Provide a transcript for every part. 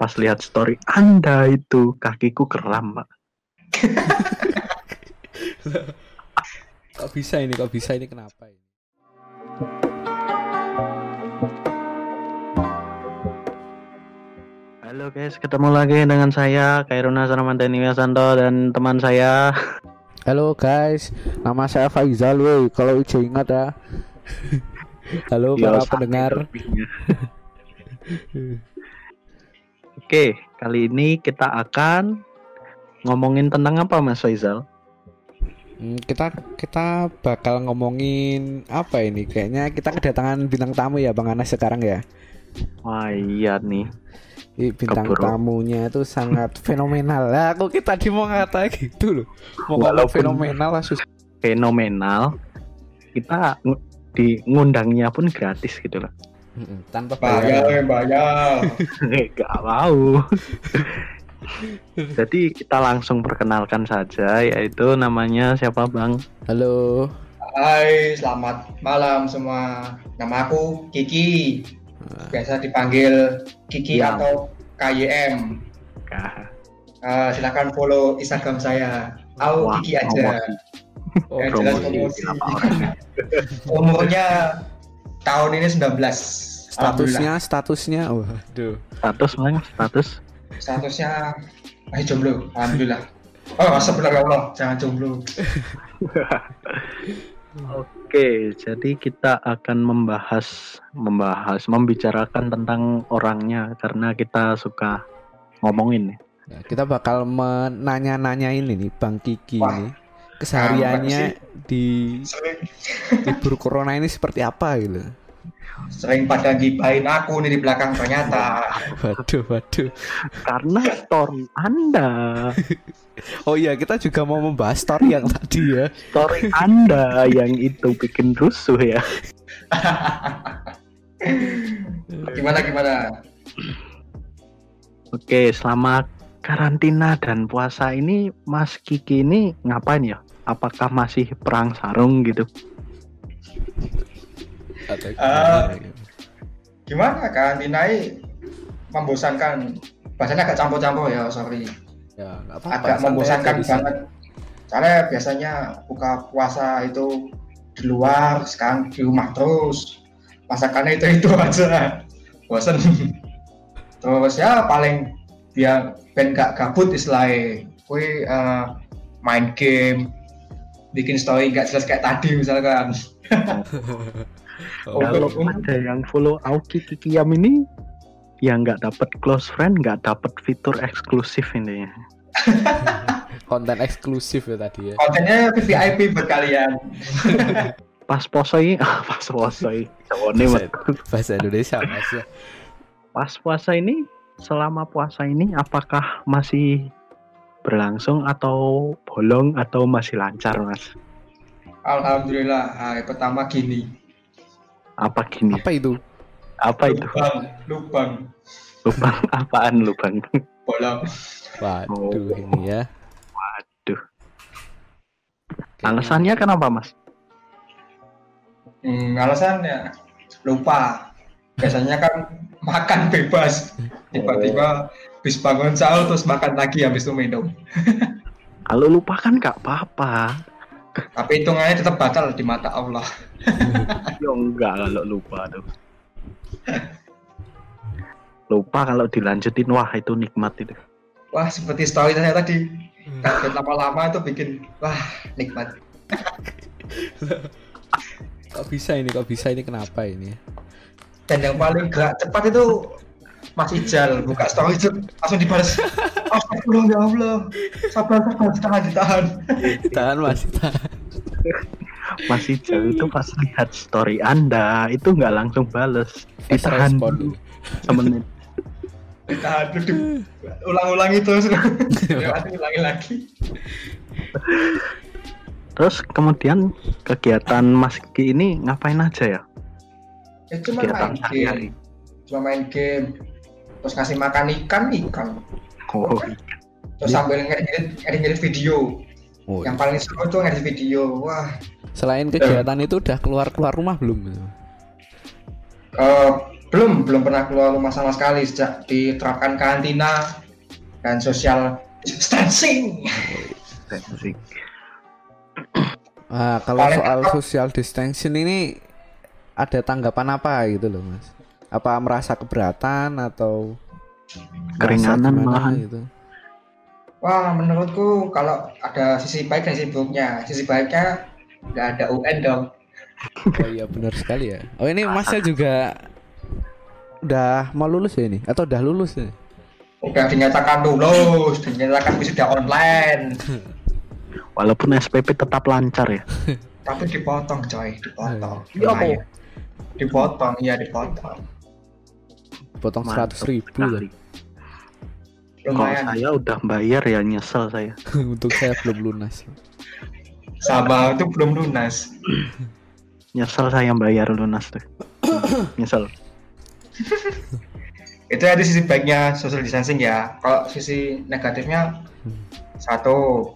pas lihat story Anda itu kakiku kram, Pak. Kok bisa ini kenapa ini? Halo guys, ketemu lagi dengan saya Khairuna Sarmanteni Wiasanto dan teman saya. Halo guys, nama saya Faizal woi, kalau Ujo ingat ya. Halo para pendengar. Oke, kali ini kita akan ngomongin tentang apa Mas Faizal? Kita bakal ngomongin apa ini? Kayaknya kita kedatangan bintang tamu ya Bang Anas sekarang ya. Wah iya nih. Bintang tamunya itu sangat fenomenal. Lah aku kita tadi mau ngata gitu loh. Mau kalau fenomenal lah fenomenal. Kita ngundangnya pun gratis gitu loh. Tanpa bayar. Gak mau. Jadi kita langsung perkenalkan saja, yaitu namanya siapa Bang? Halo. Hai, selamat malam semua. Nama aku Kiki. Biasa dipanggil Kiki ya. Atau KYM. Silakan follow Instagram saya. Kiki aja. Jelas promosi. Umurnya tahun ini 19. Statusnya. Waduh. Statusnya masih jomblo. Alhamdulillah. Astagfirullah, jangan jomblo. Oke, jadi kita akan membicarakan tentang orangnya karena kita suka ngomongin. Ya, kita bakal menanya-nanyain ini Bang Kiki ini kesehariannya di libur corona ini seperti apa gitu. Sering pada gibahin aku nih di belakang ternyata. Waduh. Karena story Anda. Oh iya, kita juga mau membahas story yang tadi ya. Story Anda yang itu bikin rusuh ya. Gimana? Oke, selama karantina dan puasa ini Mas Kiki ini ngapain ya? Apakah masih perang sarung gitu? Gimana karantina ini membosankan. Bahasanya agak campur-campur ya, sorry. Ya, agak membosankan banget. Soalnya biasanya buka puasa itu di luar, sekarang di rumah terus. Masakannya itu aja. Bosan. Terus ya paling biar ben gak gabut istilahnya. Kui main game, bikin story gak jelas kayak tadi misalkan. Kalau ada yang follow Aoki Kikiyam ini yang nggak dapat close friend, nggak dapat fitur eksklusif ini. Konten eksklusif ya tadi ya. Kontennya VIP buat kalian. Pas posoi. Bahasa Indonesia Mas ya. Pas puasa ini, selama puasa ini apakah masih berlangsung atau bolong atau masih lancar Mas? Alhamdulillah. Hari pertama gini. Apa gini? Apa itu? Lubang. Apaan lubang? Bolong. Waduh ini ya. Waduh. Alasannya kenapa Mas? Alasannya lupa. Biasanya kan makan bebas. Tiba-tiba habis bangun sahur terus makan lagi habis itu minum. Kalau lupa kan nggak apa-apa. Tapi hitungannya tetap batal di mata Allah. Ya enggak kalau lupa tuh. Lupa kalau dilanjutin wah itu nikmat itu. Wah seperti story saya tadi. Kaget lama-lama itu bikin wah nikmat. Kok bisa ini kenapa ini? Dan yang paling gerak cepat itu Mas Ijal buka story itu langsung dibalas. Astagfirullah ya Allah. Sabar ditahan. Tahan Mas. Mas Ijal itu pas lihat story Anda itu nggak langsung bales, ditahan dulu semenit. Ditahan dulu, ulang-ulangi terus. Ulangi lagi. Terus kemudian kegiatan Mas Kiki ini ngapain aja ya? Cuma main game. Terus ngasih makan ikan. Oh. Terus sambil ngedit video. Yang paling seru tuh ngedit video. Wah. Selain kegiatan itu udah keluar rumah belum? Belum pernah keluar rumah sama sekali sejak diterapkan karantina dan social distancing. Kalau Paling soal apa? social distancing ini ada tanggapan apa gitu loh Mas? Apa merasa keberatan atau merasa Keringanan gimana malahan. gitu? Wah, menurutku kalau ada sisi baik dan sisi buruknya. Sisi baiknya nggak ada UN dong. Oh iya benar sekali ya. Oh ini Masnya juga udah mau lulus ya ini? Atau udah lulus ya? Udah dinyatakan lulus, dinyatakan wisuda online. Walaupun SPP tetap lancar ya. Tapi dipotong coy, dipotong. Iya, Lumayan. Dipotong, iya dipotong. Potong 100.000 sekali. Kalau Lumayan. saya udah bayar ya nyesel saya. Untuk saya belum lunas. Sama itu belum lunas. Nyesel saya bayar lunas tuh. Nyesel. Itu ada sisi baiknya social distancing ya. Kalau sisi negatifnya satu,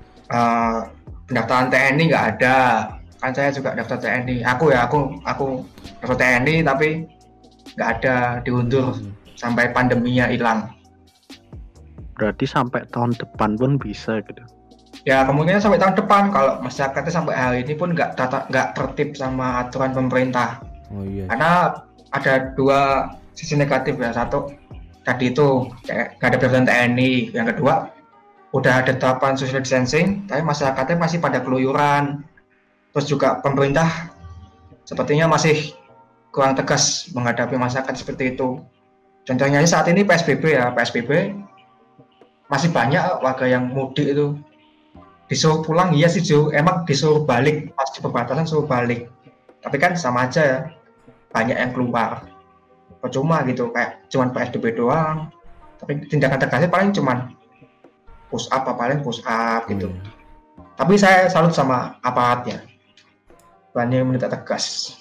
pendaftaran TNI nggak ada. Kan saya juga daftar TNI. Aku daftar TNI tapi nggak ada, diundur sampai pandeminya hilang. Berarti sampai tahun depan pun bisa gitu. Ya kemungkinan sampai tahun depan kalau masyarakatnya sampai hari ini pun nggak tertib sama aturan pemerintah. Oh iya. Karena ada dua sisi negatif ya. Satu tadi itu kayak nggak ada pendaftaran TNI. Yang kedua udah ada tahapan social distancing, tapi masyarakatnya masih pada keluyuran. Terus juga pemerintah sepertinya masih kurang tegas menghadapi masyarakat seperti itu. Contohnya saat ini PSBB ya, PSBB masih banyak warga yang mudik itu disuruh pulang, iya sih Jo, emang disuruh balik pas di perbatasan suruh balik, tapi kan sama aja ya, banyak yang keluar, percuma gitu, kayak cuman PSBB doang, tapi tindakan tegasnya paling cuman push up gitu. Tapi saya salut sama aparatnya, berani menindak tegas.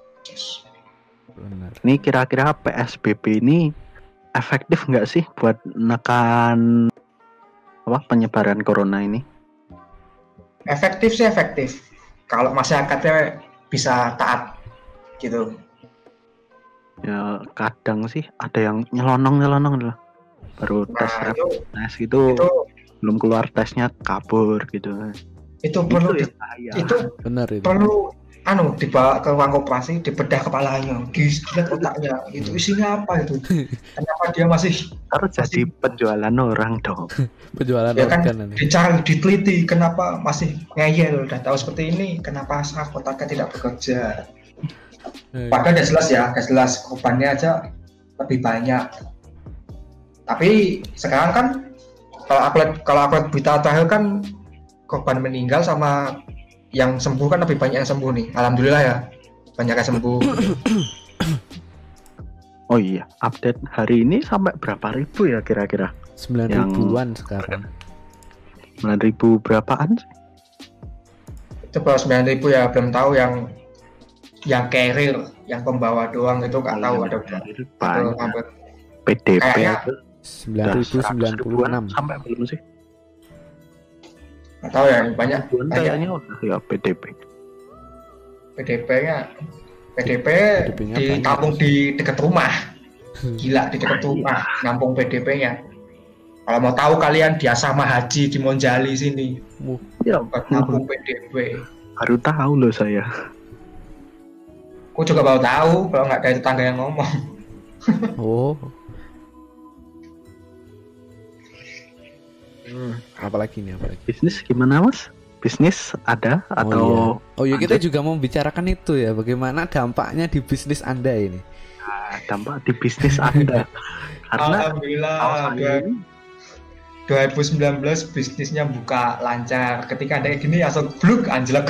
Benar. Ini kira-kira PSBB ini efektif nggak sih buat menekan penyebaran corona ini? Efektif sih efektif, kalau masyarakatnya bisa taat gitu. Ya kadang sih ada yang nyelonong lah, baru tes itu belum keluar tesnya kabur gitu. Itu perlu Benar itu. Perlu dibawa ke ruang operasi, dibedah kepalanya, dilihat otaknya, itu isinya apa itu? Kenapa dia masih harus jadi penjualan orang dong? Penjualan ya kan, organ dicari, diteliti, kenapa masih ngeyel, udah tahu seperti ini, kenapa saraf otaknya tidak bekerja? Padahal udah jelas korbannya aja lebih banyak. Tapi sekarang kan kalau upload berita terakhir kan korban meninggal sama yang sembuh kan lebih banyak yang sembuh nih. Alhamdulillah ya, banyak yang sembuh. Oh iya, update hari ini sampai berapa ribu ya kira-kira? 9.000-an sekarang. 9.000 berapaan sih? Itu baru 9.000 ya, belum tahu yang carrier, yang pembawa doang itu nggak tahu ada banyak. PDP itu 9.096 sampai belum sih? Nggak tahu ya, banyak kayaknya udah ya PDP. PDP-nya ditampung di dekat rumah. Gila, di dekat rumah nampung PDP-nya. Kalau mau tahu kalian di Asrama Haji di Monjali sini. Ya, nampung PDP. Baru tahu loh saya. Aku juga baru tahu kalau nggak dari tetangga yang ngomong. Oh. Apalagi nih? Bisnis gimana Mas? Bisnis ada atau? Oh iya, kita juga mau bicarakan itu ya. Bagaimana dampaknya di bisnis Anda ini? Dampak di bisnis Anda. Karena alhamdulillah 2019 bisnisnya buka lancar. Ketika ada gini langsung bluk anjlok.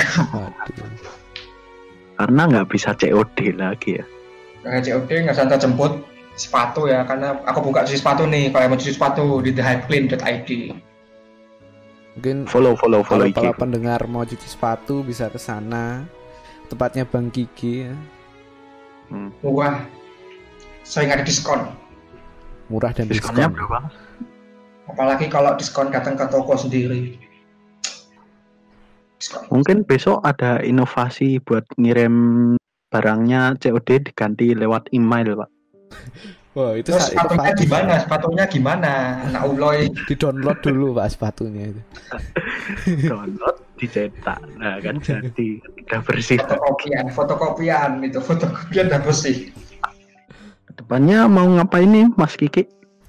Karena nggak bisa COD lagi ya. Nggak COD, nggak santai jemput sepatu ya. Karena aku buka cuci sepatu nih. Kalau mau cuci sepatu di thehypeclean.id. Mungkin follow kalau IG. para pendengar mau cuci sepatu bisa ke sana. Tempatnya Bang Kiki ya. Murah. Sering ada diskon. Murah dan diskonnya diskon. berapa? Apalagi kalau diskon datang ke toko sendiri. Diskon. Mungkin besok ada inovasi buat ngirim barangnya COD diganti lewat email, Pak. Wah, itu Terus sepatunya valid. gimana? Sepatunya gimana? Nak uloy. Di-download dulu Pak sepatunya itu. Download, dicetak. Nah kan jadi udah bersih. Fotokopian udah bersih. Depannya mau ngapain nih Mas Kiki?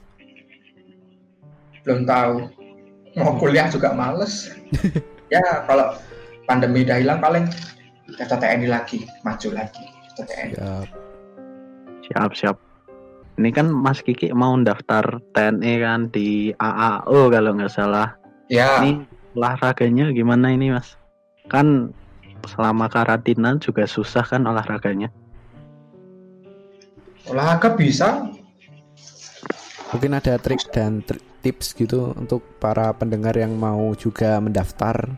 Belum tahu. Mau kuliah juga males. Ya kalau pandemi udah hilang paling daftar TNI lagi, maju lagi TNI. Siap. Ini kan Mas Kiki mau daftar TNI kan di AAO kalau nggak salah. Ya. Ini olahraganya gimana ini Mas? Kan selama karantina juga susah kan olahraganya. Olahraga bisa. Mungkin ada trik dan tips gitu untuk para pendengar yang mau juga mendaftar.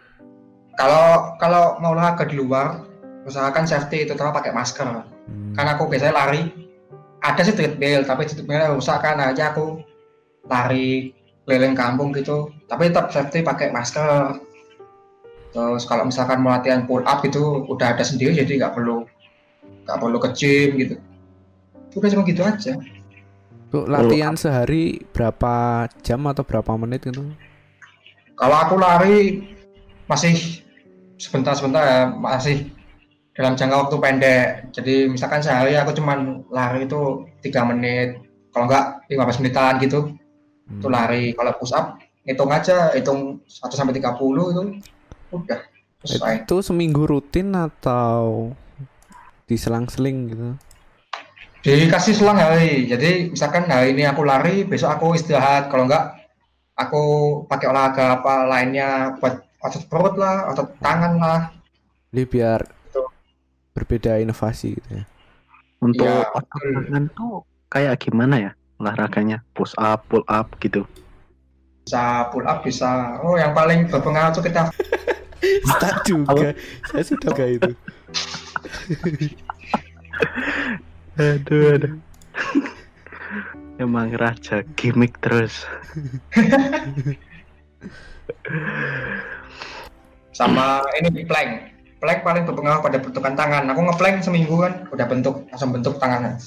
Kalau mau olahraga di luar, usahakan safety, terutama pakai masker. Karena aku biasanya lari, ada sih treadmill, tapi treadmillnya rusak kan, aja aku lari keliling kampung gitu. Tapi tetap safety pakai masker. Terus kalau misalkan mau latihan pull up gitu, udah ada sendiri, jadi nggak perlu ke gym gitu. Udah cuma gitu aja. Tuh, latihan sehari berapa jam atau berapa menit gitu? Kalau aku lari masih sebentar ya, masih dalam jangka waktu pendek. Jadi misalkan sehari aku cuman lari itu 3 menit, kalau enggak 15 menitan gitu. Itu lari. Kalau push up hitung 1 sampai 30 itu udah selesai. Itu seminggu rutin atau diselang-seling gitu? Dikasih selang hari. Jadi misalkan hari ini aku lari, besok aku istirahat. Kalau enggak aku pakai olahraga apa lainnya, buat otot perut lah, otot tangan lah. Jadi biar berbeda inovasi gitu ya. Untuk Ya, otot tangan tuh kayak gimana ya olahraganya? Push up, pull up gitu. Bisa pull up, bisa. Oh, yang paling berpengaruh tuh kita Saya juga. Saya sudah kayak itu. Aduh. Emang raja gimmick terus. sama ini plank. Plank paling berpengaruh pada bentukan tangan. Aku ngeplank seminggu kan, udah langsung bentuk tangannya.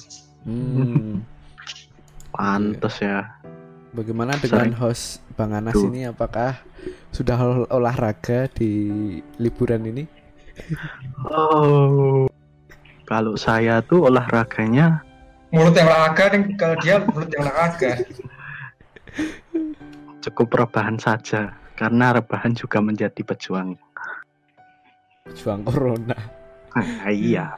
Pantes ya. Bagaimana dengan host Bang Anas ini? Apakah sudah olahraga di liburan ini? Oh, kalau saya tuh olahraganya Mulut yang olahraga, dan kalau dia mulut yang olahraga. cukup rebahan saja, karena rebahan juga menjadi pejuang. Pejuang corona. Iya.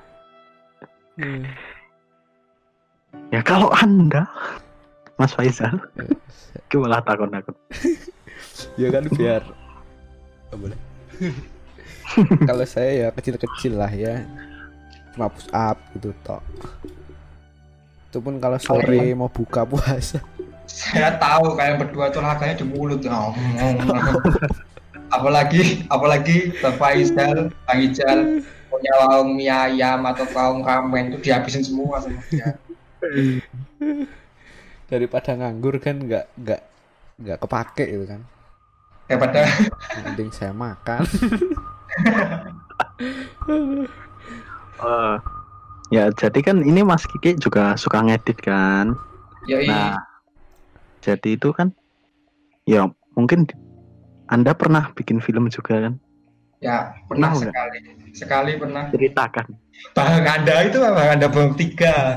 Ya kalau Anda, Mas Faisal, malah takut-takut. Ya kan biar boleh. Kalau saya ya kecil-kecil lah ya, cuma push up gitu tok. Itu pun kalau sore mau buka puasa. Saya tahu kalian berdua tuh olahraganya di mulut. apalagi Bang Faisal, Bang Ijal punya warung mie ayam atau warung ramen itu dihabisin semua sama dia. Daripada nganggur kan nggak kepake gitu kan. Daripada Mending saya makan. Ya jadi kan ini Mas Kiki juga suka ngedit kan. Yoi. Nah jadi itu kan ya mungkin Anda pernah bikin film juga kan? Ya pernah Pernah sekali pernah. Ceritakan. Bang Anda itu Bang Anda belum 3.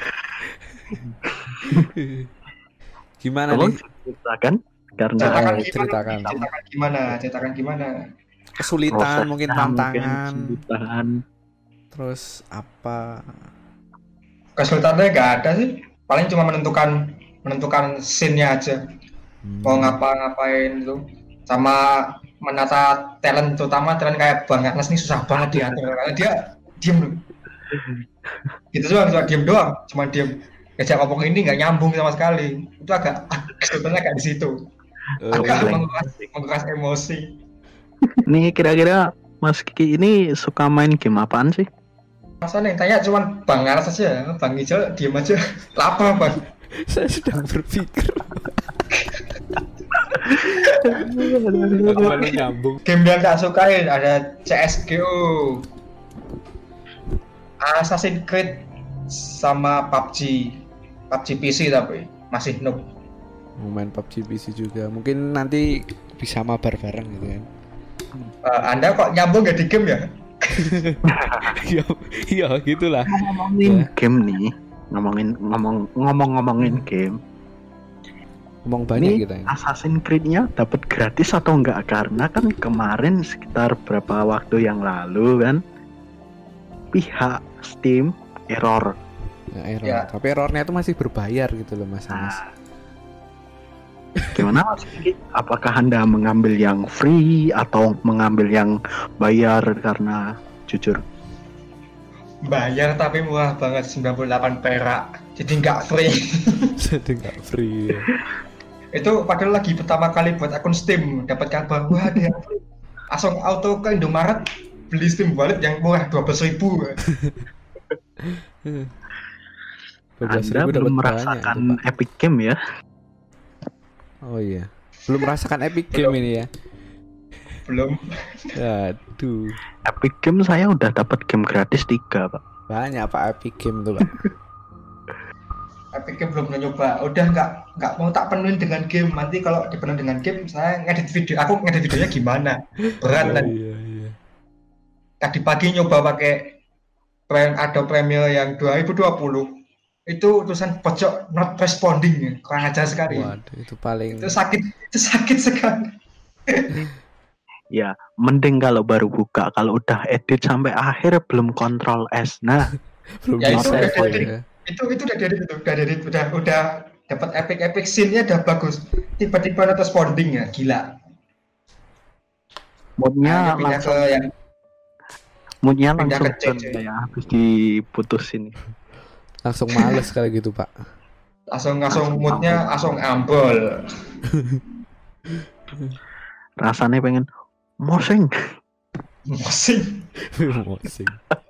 Gimana Tolong nih? ceritakan karena Ceritakan gimana? Kesulitan, proses mungkin mungkin tantangan. kesulitan. Terus apa? Kesulitannya nggak ada sih, paling cuma menentukan scene-nya aja. Mau ngapain itu, sama menata talent, terutama talent kayak Bang Anas ini susah banget diatur karena dia diem gitu doang, cuma diem ngajak ngomong ini nggak nyambung sama sekali. Itu agak kesulitannya kayak di situ, agak menguras emosi. Nih kira-kira Mas Kiki ini suka main game apaan sih? Masa nih tanya cuma Bang Anas aja, Bang Ijal diem aja. Lapar Bang. Saya sedang berpikir. Nyambung. Game yang tak sukain ada CS:GO, Assassin's Creed sama PUBG PC tapi masih noob. Mau main PUBG PC juga. Mungkin nanti bisa mabar bareng gitu kan. Anda kok nyambung gak di game ya? Iya gitulah. Ngomongin game nih, ngomongin game. Ngomong banyak Ini kita ini. Assassin's Creed-nya dapat gratis atau enggak? Karena kan kemarin sekitar berapa waktu yang lalu kan pihak Steam error. Nah, error. Ya. Tapi errornya itu masih berbayar gitu loh Mas Anas. Gimana Mas Kiki? Apakah Anda mengambil yang free atau mengambil yang bayar? Karena jujur Bayar tapi murah banget 98 perak. Jadi nggak free. Jadi nggak free. Ya. Itu padahal lagi pertama kali buat akun Steam dapat kabar wah ada yang free. Langsung auto ke Indomaret beli Steam Wallet yang murah 12.000. Anda belum merasakan Epic Game ya? Oh iya, belum merasakan Epic Game ini ya? Belum. Aduh. Epic Game saya udah dapat game gratis 3 Pak. Banyak Pak Epic Game tuh Pak. Epic Game belum pernah nyoba. Udah nggak mau tak penuhin dengan game. Nanti kalau dipenuhi dengan game, saya ngedit video. Aku ngedit videonya gimana? Berat kan? Iya. Tadi pagi nyoba pakai Adobe Premiere yang 2020. Itu tulisan pojok not responding, kurang ajar sekali. Waduh, itu paling Itu sakit sekali. Ya, mending kalau baru buka, kalau udah edit sampai akhir belum kontrol S. Nah, belum Ya, itu bisa udah ya. dari- itu udah dapat epic scene-nya udah bagus. Tiba-tiba not responding ya, gila. moodnya Pindah langsung ke yang moodnya pindah langsung ke C, down kayak habis diputusin. Langsung males kali gitu Pak. langsung moodnya langsung ambol. Rasanya pengen mosing. Mosing. Mosing.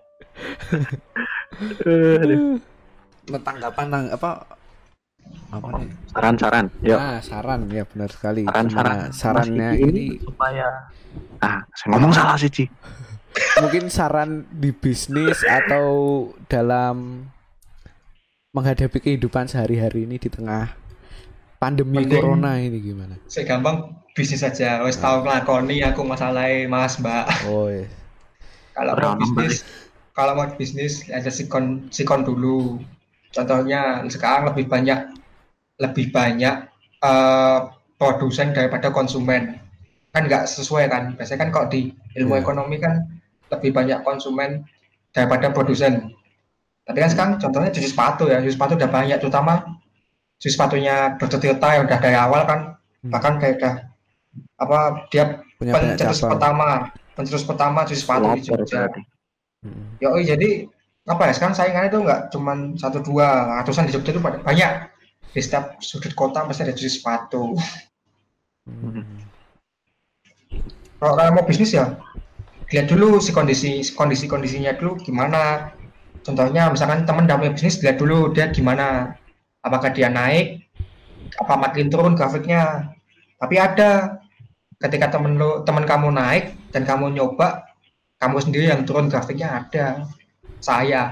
Aduh. Tanggapan apa nih? Saran-saran, yuk. Saran ya benar sekali. Saran-saran. Nah, sarannya Mas Kiki ini supaya saya ngomong salah sih, Ci. mungkin saran di bisnis atau dalam menghadapi kehidupan sehari-hari ini di tengah pandemi Mending- corona ini gimana? Saya gampang bisnis aja. Wes tahu nglakoni aku masalahnya Mas Mbak. Oh iya. Kalau mau bisnis ada sikon dulu. Contohnya sekarang lebih banyak produsen daripada konsumen. Kan nggak sesuai kan. Biasanya kan kalau di ilmu Iya. ekonomi kan lebih banyak konsumen daripada produsen. Tapi kan sekarang contohnya cuci sepatu udah banyak, terutama cuci sepatunya Dr. Tirta yang udah dari awal kan, bahkan kayak udah dia Punya banyak cabang. pencetus pertama cuci sepatu di Lapor Jogja. berarti. Yoi, jadi sekarang saingannya itu nggak cuma 1-2, ratusan di Jogja itu banyak. Di setiap sudut kota pasti ada cuci sepatu. Kalau kalian mau bisnis ya lihat dulu kondisinya dulu gimana. Contohnya misalkan teman punya bisnis, lihat dulu dia gimana, apakah dia naik apa makin turun grafiknya. Tapi ada ketika teman kamu naik dan kamu nyoba, kamu sendiri yang turun grafiknya ada. Saya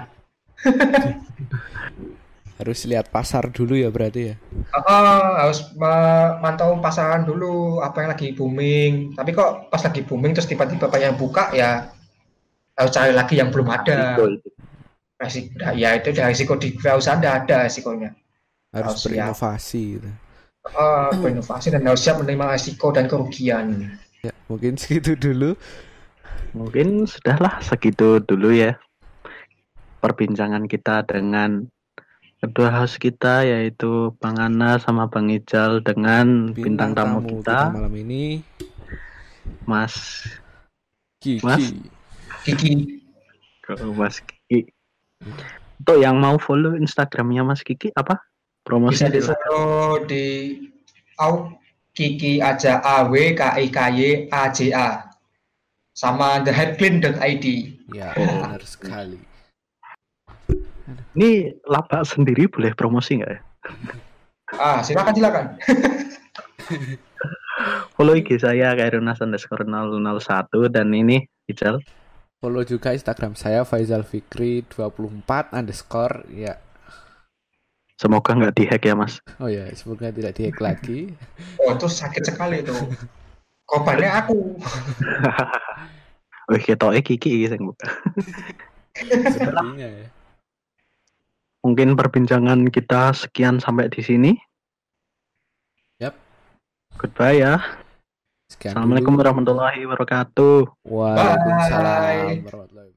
Harus lihat pasar dulu ya berarti ya. harus memantau pasaran dulu, apa yang lagi booming. Tapi kok pas lagi booming terus tiba-tiba banyak yang buka, ya harus cari lagi yang belum ada. Resiko, ya itu dari risiko di usaha ada risikonya. Harus berinovasi gitu. Berinovasi dan harus siap menerima risiko dan kerugian. Ya, mungkin segitu dulu. Mungkin sudahlah segitu dulu ya perbincangan kita dengan kedua host kita, yaitu Bang Ana sama Bang Ijal, dengan bintang tamu kita malam ini, Mas Kiki. Mas Kiki. Untuk yang mau follow Instagramnya Mas Kiki apa? Promosi bisa di follow di Kiki aja AWKIKYAJA sama theheadclean.id. Ya, benar sekali. Ini lapak sendiri boleh promosi nggak ya? Silakan. Follow IG saya Kairunas_001 dan ini Ijal Follow juga Instagram saya Faizal Fikri 24 underscore ya. Semoga nggak dihack ya Mas. Oh ya, semoga tidak dihack lagi. Oh, itu sakit sekali tuh. Korbannya aku. Wih ketoke Kiki sing buka. Sepertinya ya. Mungkin perbincangan kita sekian sampai di sini. Yap. Goodbye ya. Sekian Assalamualaikum dulu. warahmatullahi wabarakatuh. Waalaikumsalam Bye. warahmatullahi wabarakatuh.